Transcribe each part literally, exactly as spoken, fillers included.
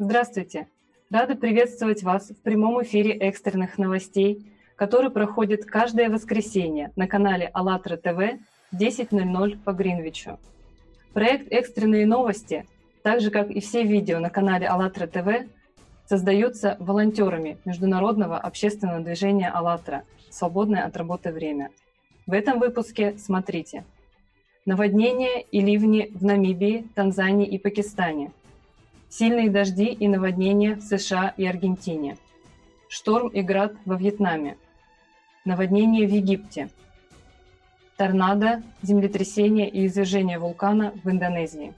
Здравствуйте! Рада приветствовать вас в прямом эфире экстренных новостей, который проходит каждое воскресенье на канале АЛЛАТРА ТВ в десять ноль ноль по Гринвичу. Проект «Экстренные новости», так же как и все видео на канале АЛЛАТРА ТВ, создаются волонтерами Международного общественного движения «АЛЛАТРА» в свободное от работы время. В этом выпуске смотрите: наводнения и ливни в Намибии, Танзании и Пакистане, сильные дожди и наводнения в США и Аргентине, шторм и град во Вьетнаме, наводнение в Египте, торнадо, землетрясение и извержение вулкана в Индонезии.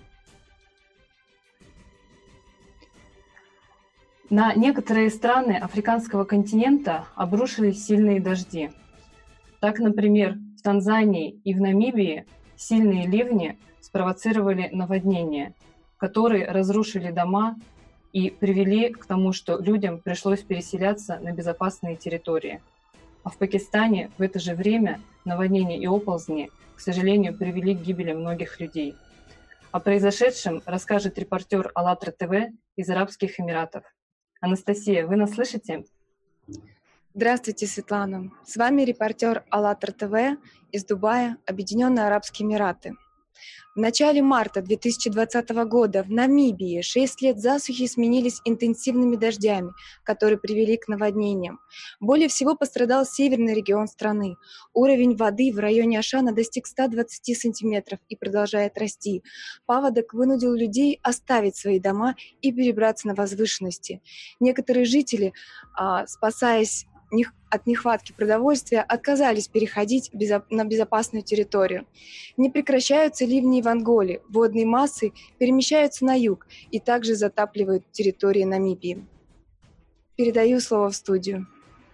На некоторые страны африканского континента обрушились сильные дожди. Так, например, в Танзании и в Намибии сильные ливни спровоцировали наводнения, которые разрушили дома и привели к тому, что людям пришлось переселяться на безопасные территории. А в Пакистане в это же время наводнения и оползни, к сожалению, привели к гибели многих людей. О произошедшем расскажет репортер АЛЛАТРА ТВ из Арабских Эмиратов. Анастасия, вы нас слышите? Здравствуйте, Светлана. С вами репортер АЛЛАТРА ТВ из Дубая, Объединенные Арабские Эмираты. В начале марта две тысячи двадцатого года в Намибии шесть лет засухи сменились интенсивными дождями, которые привели к наводнениям. Более всего пострадал северный регион страны. Уровень воды в районе Ашана достиг ста двадцати сантиметров и продолжает расти. Паводок вынудил людей оставить свои дома и перебраться на возвышенности. Некоторые жители, спасаясь от нехватки продовольствия, отказались переходить на безопасную территорию. Не прекращаются ливни в Анголе, водные массы перемещаются на юг и также затапливают территории Намибии. Передаю слово в студию.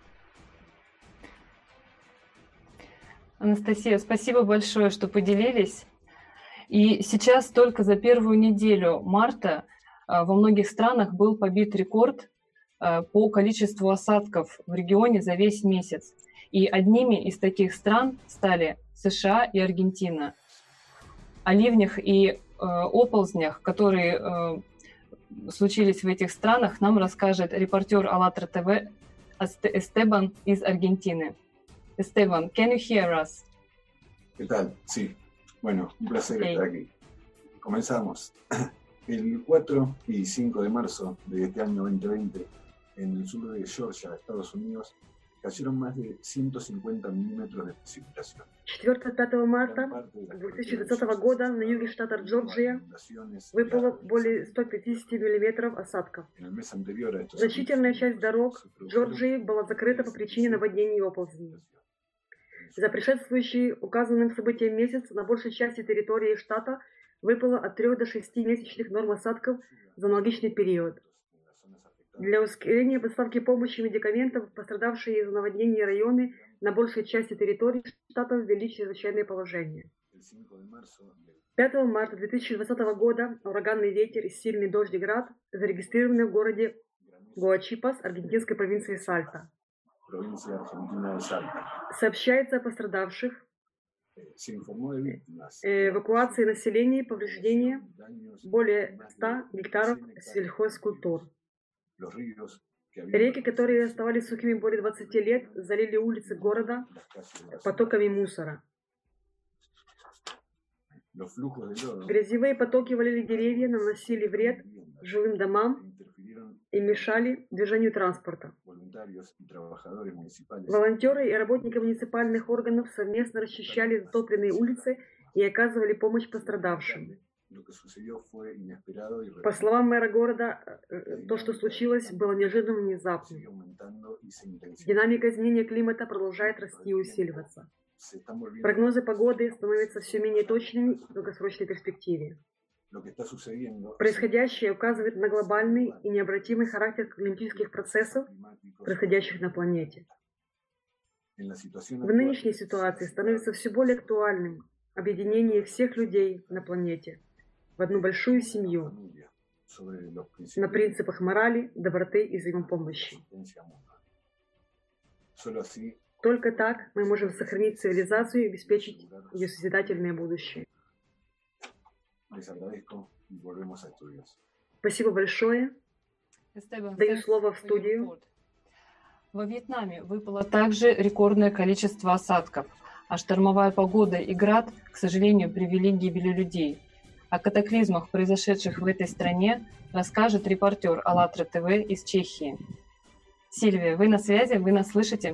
Анастасия, спасибо большое, что поделились. И сейчас только за первую неделю марта во многих странах был побит рекорд по количеству осадков в регионе за весь месяц. И одними из таких стран стали США и Аргентина. О ливнях и э, оползнях, которые э, случились в этих странах, нам расскажет репортер АЛЛАТРА ТВ Эстебан из Аргентины. Esteban, can you hear us? ¿Qué tal? Sí. Bueno, un placer Hey. estar aquí. Comenzamos. El cuatro y cinco de marzo de este año veinte veinte, en el sur de Georgia, Estados Unidos, cayeron más de ciento cincuenta milímetros de precipitación. четвёртого-пятого марта две тысячи двадцатого года на юге штата Джорджия выпало более ста пятидесяти миллиметров осадков. Значительная часть дорог Джорджии была закрыта по причине наводнений и оползней. За предшествующий указанным событиям месяц на большей части территории штата выпало от трёх до шести месячных норм осадков за аналогичный период. Для ускорения поставки помощи и медикаментов пострадавшие из наводнений районы на большей части территории штата ввели чрезвычайное положение. пятого марта две тысячи двадцатого года ураганный ветер и сильный дождь и град зарегистрированы в городе Гуачипас аргентинской провинции Сальта. Сообщается о пострадавших, эвакуации населения, повреждения более ста гектаров сельхозкультур. Реки, которые оставались сухими более двадцати лет, залили улицы города потоками мусора. Грязевые потоки валили деревья, наносили вред жилым домам и мешали движению транспорта. Волонтеры и работники муниципальных органов совместно расчищали затопленные улицы и оказывали помощь пострадавшим. По словам мэра города, то, что случилось, было неожиданным и внезапным. Динамика изменения климата продолжает расти и усиливаться. Прогнозы погоды становятся все менее точными в долгосрочной перспективе. Происходящее указывает на глобальный и необратимый характер климатических процессов, происходящих на планете. В нынешней ситуации становится все более актуальным объединение всех людей на планете в одну большую семью на принципах морали, доброты и взаимопомощи. Только так мы можем сохранить цивилизацию и обеспечить ее созидательное будущее. Спасибо большое. Даю слово в студию. Во Вьетнаме выпало также рекордное количество осадков, а штормовая погода и град, к сожалению, привели к гибели людей. О катаклизмах, произошедших в этой стране, расскажет репортер АЛЛАТРА ТВ из Чехии. Сильвия, вы на связи? Вы нас слышите?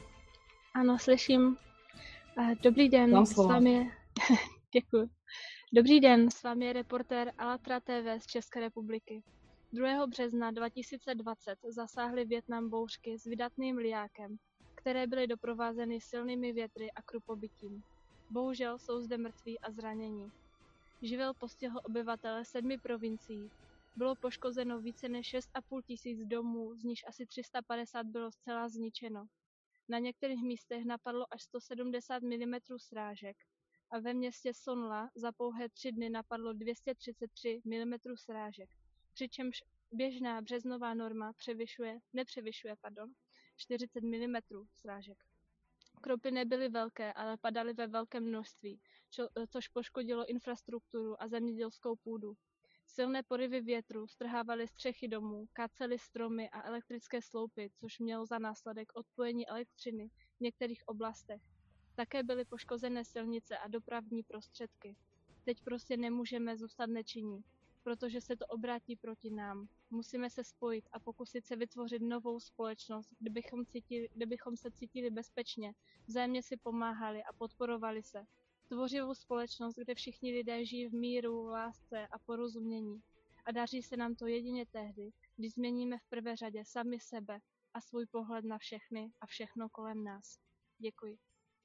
Ano, slyším. Dobrý den, Vám s slovo. vámi... Děkuji. Dobrý den, s vámi je reportér ALLATRA T V z České republiky. druhého března dva tisíce dvacet zasáhly Vietnam bouřky s vydatným lijákem, které byly doprovázeny silnými větry a krupobytím. Bohužel jsou zde mrtví a zranění. Živel postihl obyvatele sedmi provincií. Bylo poškozeno více než šest a půl tisíc domů, z nichž asi tři sta padesát bylo zcela zničeno. Na některých místech napadlo až sto sedmdesát milimetrů srážek a ve městě Son La za pouhé tři dny napadlo dvě stě třicet tři milimetrů srážek, přičemž běžná březnová norma převyšuje, nepřevyšuje pardon, čtyřicet milimetrů srážek. Kropy nebyly velké, ale padaly ve velkém množství, čo, což poškodilo infrastrukturu a zemědělskou půdu. Silné porivy větru strhávaly střechy domů, kácely stromy a elektrické sloupy, což mělo za následek odpojení elektřiny v některých oblastech. Také byly poškozené silnice a dopravní prostředky. Teď prostě nemůžeme zůstat nečinní, protože se to obrátí proti nám. Musíme se spojit a pokusit se vytvořit novou společnost, kde bychom, cítili, kde bychom se cítili bezpečně, vzájemně si pomáhali a podporovali se. Tvořivou společnost, kde všichni lidé žijí v míru, lásce a porozumění. A daří se nám to jedině tehdy, když změníme v prvé řadě sami sebe a svůj pohled na všechny a všechno kolem nás. Děkuji.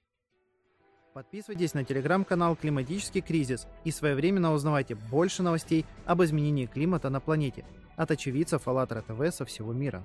Подписывайтесь на телеграм-канал «Климатический кризис» и своевременно узнавайте больше новостей об изменении климата на планете от очевидцев АЛЛАТРА ТВ со всего мира.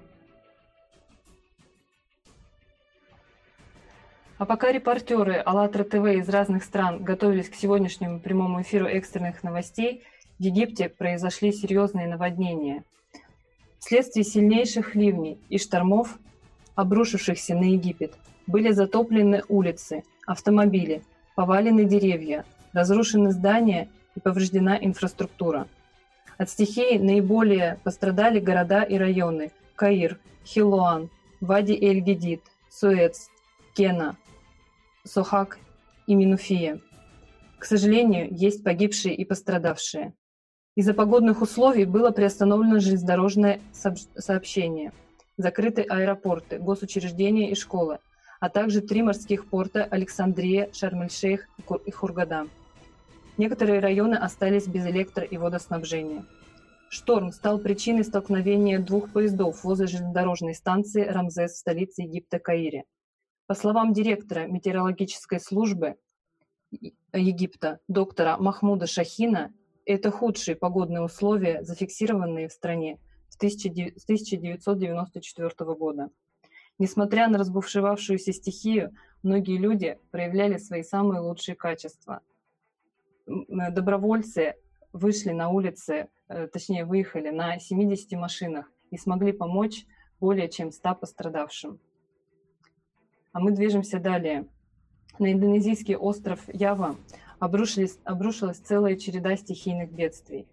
А пока репортеры АЛЛАТРА ТВ из разных стран готовились к сегодняшнему прямому эфиру экстренных новостей, в Египте произошли серьезные наводнения. Вследствие сильнейших ливней и штормов, обрушившихся на Египет, были затоплены улицы, автомобили, повалены деревья, разрушены здания и повреждена инфраструктура. От стихии наиболее пострадали города и районы Каир, Хилуан, Вади-эль-Гедид, Суэц, Кена, Сохак и Минуфия. К сожалению, есть погибшие и пострадавшие. Из-за погодных условий было приостановлено железнодорожное сообщение, закрыты аэропорты, госучреждения и школы, а также три морских порта Александрия, Шарм-эль-Шейх и Хургада. Некоторые районы остались без электро- и водоснабжения. Шторм стал причиной столкновения двух поездов возле железнодорожной станции Рамзес в столице Египта Каире. По словам директора метеорологической службы Египта, доктора Махмуда Шахина, это худшие погодные условия, зафиксированные в стране с тысяча девятьсот девяносто четвёртого года. Несмотря на разбушевавшуюся стихию, многие люди проявляли свои самые лучшие качества. Добровольцы вышли на улицы, точнее выехали на семидесяти машинах и смогли помочь более чем ста пострадавшим. А мы движемся далее. На индонезийский остров Ява обрушилась, обрушилась целая череда стихийных бедствий.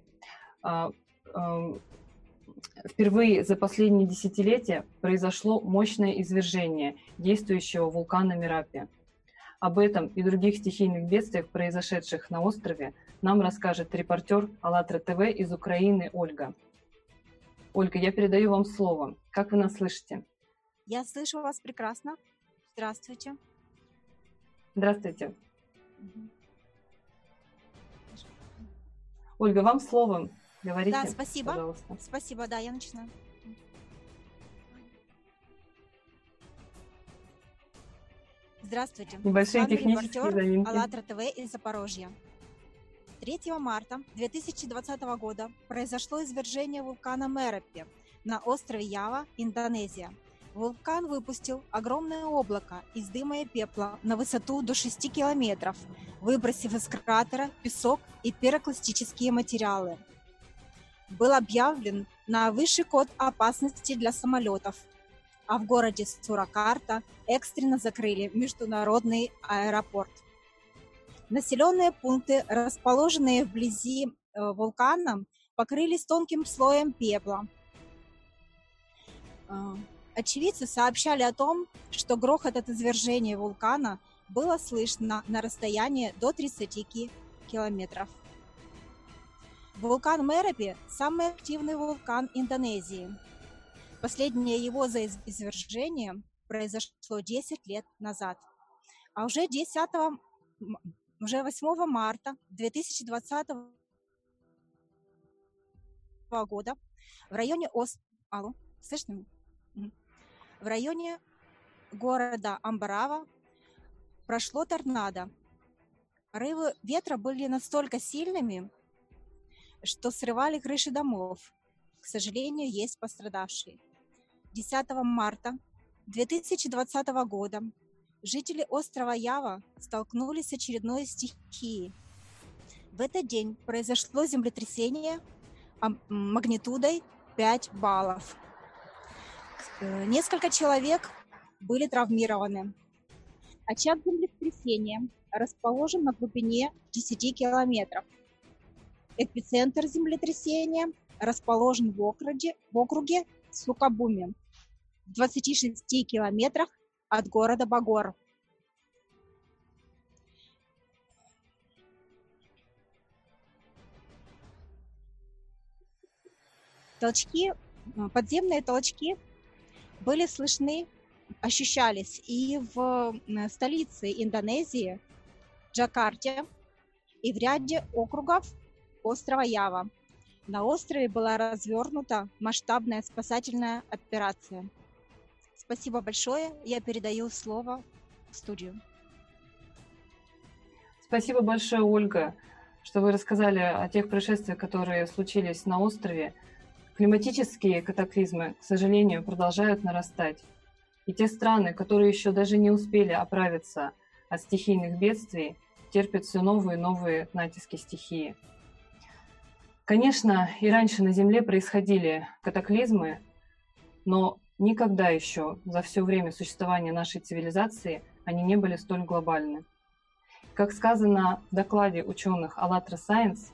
Впервые за последние десятилетия произошло мощное извержение действующего вулкана Мерапи. Об этом и других стихийных бедствиях, произошедших на острове, нам расскажет репортер АЛЛАТРА ТВ из Украины Ольга. Ольга, я передаю вам слово. Как вы нас слышите? Я слышу вас прекрасно. Здравствуйте. Здравствуйте. Угу. Ольга, вам слово. Говорите, да, спасибо. Пожалуйста. Спасибо, да, я начинаю. Здравствуйте. Небольшие технические заминки. АЛЛАТРА ТВ из Запорожья. третьего марта две тысячи двадцатого года произошло извержение вулкана Мерапи на острове Ява, Индонезия. Вулкан выпустил огромное облако из дыма и пепла на высоту до шести километров, выбросив из кратера песок и пирокластические материалы. Был объявлен на высший код опасности для самолетов, а в городе Суракарта экстренно закрыли международный аэропорт. Населенные пункты, расположенные вблизи э, вулкана, покрылись тонким слоем пепла. Очевидцы сообщали о том, что грохот от извержения вулкана было слышно на расстоянии до тридцати километров. Вулкан Мерапи – самый активный вулкан Индонезии. Последнее его извержение произошло десять лет назад. А уже, десятого, уже восьмого марта две тысячи двадцатого года в районе Ос... Алло, слышно меня? В районе города Амбарава прошло торнадо. Порывы ветра были настолько сильными, что срывали крыши домов. К сожалению, есть пострадавшие. десятого марта две тысячи двадцатого года жители острова Ява столкнулись с очередной стихией. В этот день произошло землетрясение магнитудой пять баллов. Несколько человек были травмированы. Очаг землетрясения расположен на глубине десяти километров. Эпицентр землетрясения расположен в округе, в округе Сукабуми, в двадцати шести километрах от города Багор. Толчки, подземные толчки были слышны, ощущались и в столице Индонезии, Джакарте, и в ряде округов острова Ява. На острове была развернута масштабная спасательная операция. Спасибо большое. Я передаю слово в студию. Спасибо большое, Ольга, что вы рассказали о тех происшествиях, которые случились на острове. Климатические катаклизмы, к сожалению, продолжают нарастать. И те страны, которые еще даже не успели оправиться от стихийных бедствий, терпят все новые и новые натиски стихии. Конечно, и раньше на Земле происходили катаклизмы, но никогда еще за все время существования нашей цивилизации они не были столь глобальны. Как сказано в докладе ученых АЛЛАТРА Science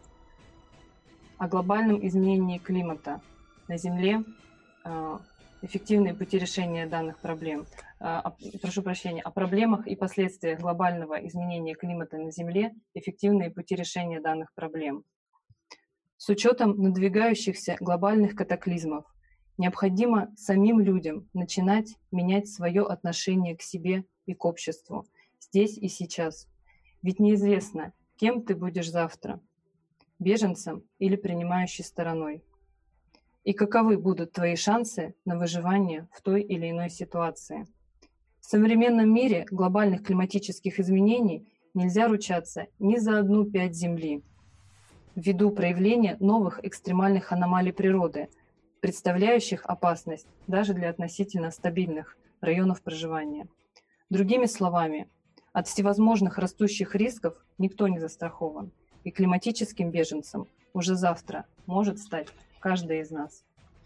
о глобальном изменении климата на Земле, эффективные пути решения данных проблем, прошу прощения, о проблемах и последствиях глобального изменения климата на Земле, эффективные пути решения данных проблем. С учетом надвигающихся глобальных катаклизмов необходимо самим людям начинать менять свое отношение к себе и к обществу здесь и сейчас. Ведь неизвестно, кем ты будешь завтра – беженцем или принимающей стороной. И каковы будут твои шансы на выживание в той или иной ситуации. В современном мире глобальных климатических изменений нельзя ручаться ни за одну пядь земли, ввиду проявления новых экстремальных аномалий природы, представляющих опасность даже для относительно стабильных районов проживания. Другими словами, от всевозможных растущих рисков никто не застрахован, и климатическим беженцем уже завтра может стать каждый из нас.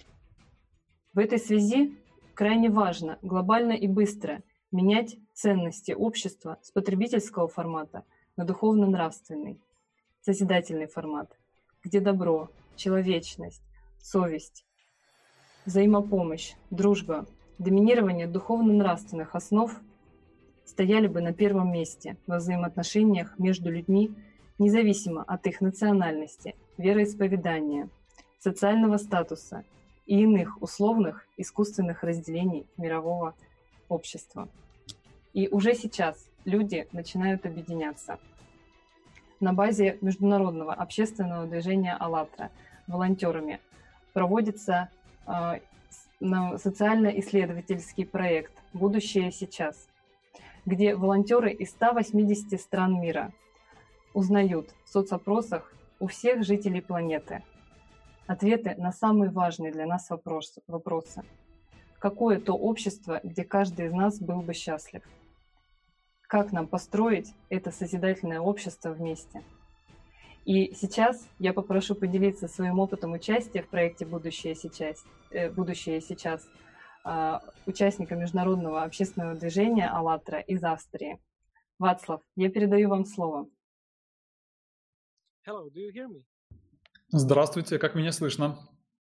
В этой связи крайне важно глобально и быстро менять ценности общества с потребительского формата на духовно-нравственный, созидательный формат, где добро, человечность, совесть, взаимопомощь, дружба, доминирование духовно-нравственных основ стояли бы на первом месте во взаимоотношениях между людьми, независимо от их национальности, вероисповедания, социального статуса и иных условных искусственных разделений мирового общества. И уже сейчас люди начинают объединяться. На базе международного общественного движения «АЛЛАТРА» волонтерами проводится э, социально-исследовательский проект «Будущее сейчас», где волонтеры из ста восьмидесяти стран мира узнают в соцопросах у всех жителей планеты ответы на самые важные для нас вопросы. вопросы. Какое то общество, где каждый из нас был бы счастлив? Как нам построить это созидательное общество вместе? И сейчас я попрошу поделиться своим опытом участия в проекте «Будущее сейчас», э, «Будущее сейчас» э, участника международного общественного движения «АЛЛАТРА» из Австрии. Вацлав, я передаю вам слово. Hello, do you hear me? Здравствуйте, как меня слышно?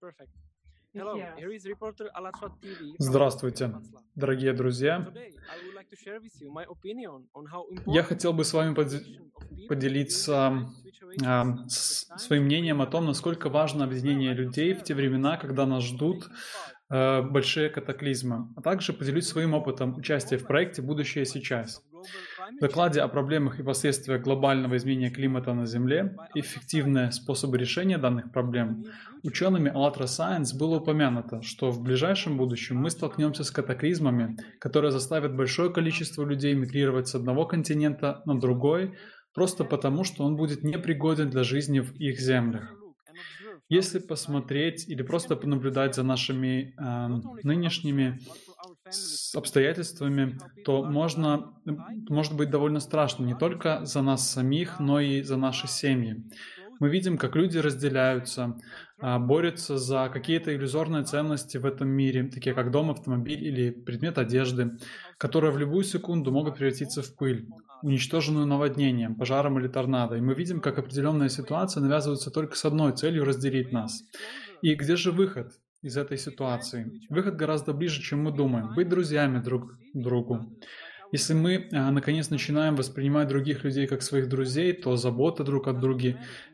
Здравствуйте, дорогие друзья. Я хотел бы с вами поделиться э, своим мнением о том, насколько важно объединение людей в те времена, когда нас ждут э, большие катаклизмы, а также поделюсь своим опытом участия в проекте «Будущее сейчас». В докладе о проблемах и последствиях глобального изменения климата на Земле и эффективные способы решения данных проблем учеными АЛЛАТРА Science было упомянуто, что в ближайшем будущем мы столкнемся с катаклизмами, которые заставят большое количество людей мигрировать с одного континента на другой, просто потому, что он будет непригоден для жизни в их землях. Если посмотреть или просто понаблюдать за нашими э, нынешними обстоятельствами, то можно, может быть довольно страшно не только за нас самих, но и за наши семьи. Мы видим, как люди разделяются, борются за какие-то иллюзорные ценности в этом мире, такие как дом, автомобиль или предмет одежды, которые в любую секунду могут превратиться в пыль, уничтоженную наводнением, пожаром или торнадо. И мы видим, как определенная ситуация навязывается только с одной целью — разделить нас. И где же выход из этой ситуации? Выход гораздо ближе, чем мы думаем. Быть друзьями друг другу. Если мы, наконец, начинаем воспринимать других людей как своих друзей, то забота друг от друга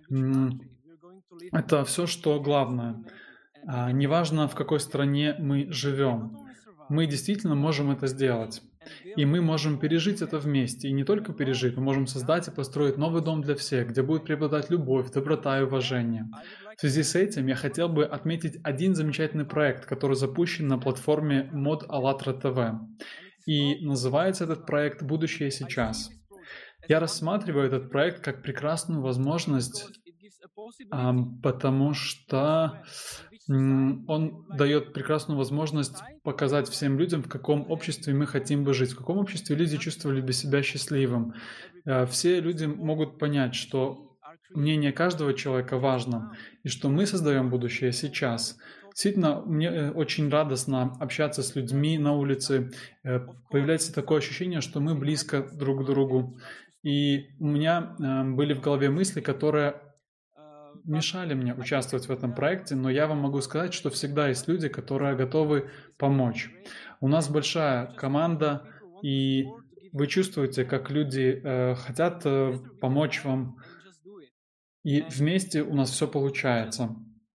— это все, что главное. Неважно, в какой стране мы живем, мы действительно можем это сделать. И мы можем пережить это вместе. И не только пережить, мы можем создать и построить новый дом для всех, где будет преобладать любовь, доброта и уважение. В связи с этим я хотел бы отметить один замечательный проект, который запущен на платформе мод АЛЛАТРА ТВ. И называется этот проект «Будущее сейчас». Я рассматриваю этот проект как прекрасную возможность, потому что он дает прекрасную возможность показать всем людям, в каком обществе мы хотим бы жить, в каком обществе люди чувствовали бы себя счастливым. Все люди могут понять, что мнение каждого человека важно, и что мы создаем будущее сейчас. Действительно, мне очень радостно общаться с людьми на улице. Появляется такое ощущение, что мы близко друг к другу. И у меня были в голове мысли, которые мешали мне участвовать в этом проекте, но я вам могу сказать, что всегда есть люди, которые готовы помочь. У нас большая команда, и вы чувствуете, как люди э, хотят э, помочь вам, и вместе у нас все получается.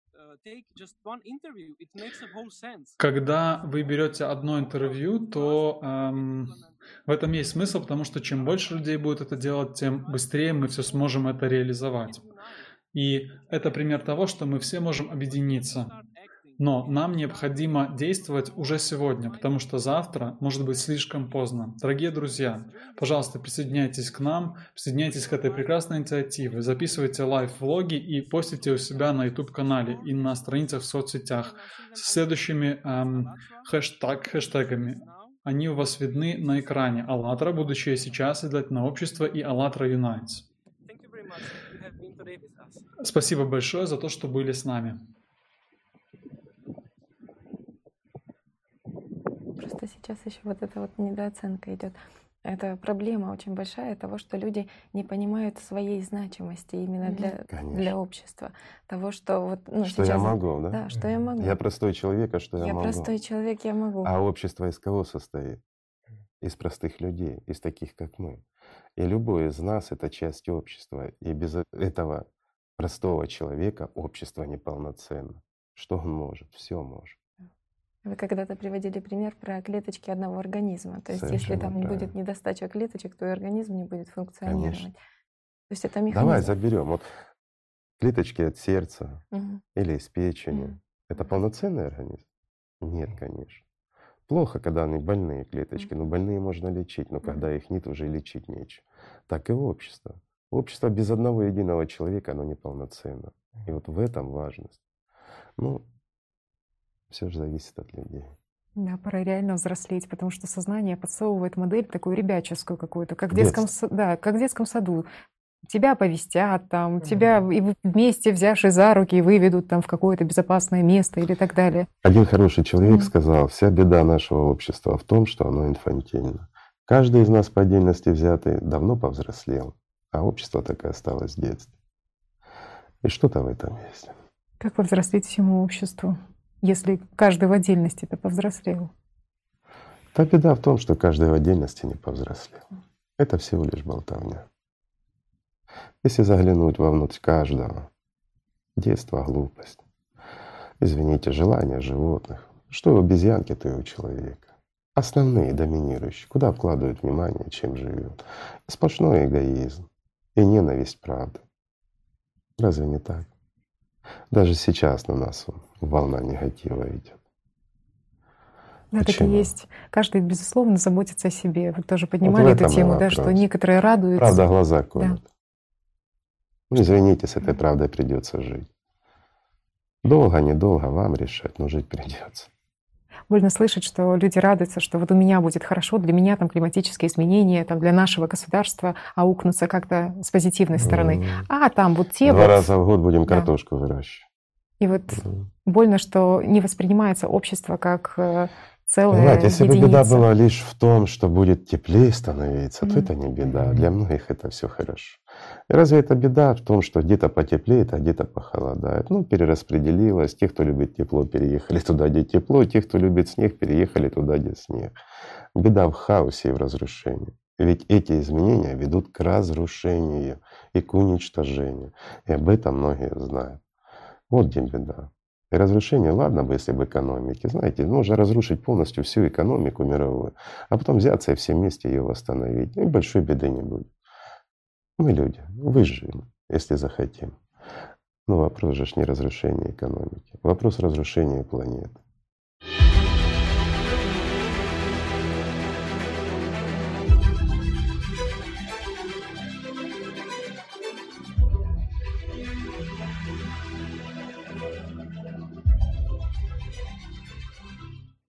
Когда вы берете одно интервью, то эм, в этом есть смысл, потому что чем больше людей будет это делать, тем быстрее мы все сможем это реализовать. И это пример того, что мы все можем объединиться. Но нам необходимо действовать уже сегодня, потому что завтра может быть слишком поздно. Дорогие друзья, пожалуйста, присоединяйтесь к нам, присоединяйтесь к этой прекрасной инициативе, записывайте лайв-влоги и постите у себя на YouTube-канале и на страницах в соцсетях с следующими эм, хэштаг, хэштегами. Они у вас видны на экране. АЛЛАТРА, будущее сейчас, исследовательное общество и АЛЛАТРА Unites. Спасибо большое за то, что были с нами. Просто сейчас еще вот эта вот недооценка идет. Это проблема очень большая того, что люди не понимают своей значимости именно для, для общества. Того, что вот ну, что сейчас... я могу, да? Да, что я могу. Я простой человек, а что я, я могу? Я простой человек, я могу. А общество из кого состоит? Из простых людей, из таких, как мы. И любой из нас — это часть общества. И без этого простого человека общество неполноценно. Что он может? Все может. Вы когда-то приводили пример про клеточки одного организма. То есть совершенно если там правильно. Будет недостача клеточек, то и организм не будет функционировать. Конечно. То есть это механизм. Давай заберем. Вот клеточки от сердца угу. или из печени. Угу. Это полноценный организм? Нет, конечно. Плохо, когда они больные клеточки. Но больные можно лечить, но когда их нет, уже лечить нечего. Так и общество. Общество без одного единого человека, оно неполноценно. И вот в этом важность. Ну, все же зависит от людей. Да, пора реально взрослеть, потому что сознание подсовывает модель такую ребяческую какую-то, как в детском, да, как в детском саду. Тебя оповестят, там, mm-hmm. тебя и вместе, взявшись за руки, выведут там в какое-то безопасное место или так далее. Один хороший человек mm-hmm. сказал: вся беда нашего общества в том, что оно инфантильно. Каждый из нас по отдельности взятый давно повзрослел, а общество так и осталось в детстве. И что-то в этом есть. Как повзрослеть всему обществу, если каждый в отдельности-то повзрослел? Та беда в том, что каждый в отдельности не повзрослел. Это всего лишь болтовня. Если заглянуть вовнутрь каждого, детство, глупость, извините, желания животных, что у обезьянки, то и у человека. Основные, доминирующие, куда вкладывают внимание, чем живет. Сплошной эгоизм и ненависть правды. Разве не так? Даже сейчас на нас волна негатива идет. Да, так и есть. Каждый, безусловно, заботится о себе. Вы тоже Вот поднимали эту тему, да, что некоторые радуются. Правда глаза колют. Да. Ну, извините, с этой правдой придется жить. Долго, недолго вам решать, но жить придется. Больно слышать, что люди радуются, что вот у меня будет хорошо, для меня там климатические изменения, там для нашего государства аукнутся как-то с позитивной стороны. Mm. А там вот те Два вот… раза в год будем да. картошку выращивать. И вот mm. больно, что не воспринимается общество как целая Понимаете, если единица. бы беда была лишь в том, что будет теплее становиться, mm. то это не беда. Для многих это все хорошо. И разве это беда в том, что где-то потеплеет, а где-то похолодает? Ну, перераспределилось. Те, кто любит тепло, переехали туда, где тепло. Те, кто любит снег, переехали туда, где снег. Беда в хаосе и в разрушении. Ведь эти изменения ведут к разрушению и к уничтожению. И об этом многие знают. Вот где беда. И разрушение, ладно бы, если бы экономики. Знаете, можно разрушить полностью всю экономику мировую, а потом взяться и все вместе ее восстановить. И большой беды не будет. Мы люди, выживем, если захотим. Но вопрос же не разрушения экономики. Вопрос разрушения планеты.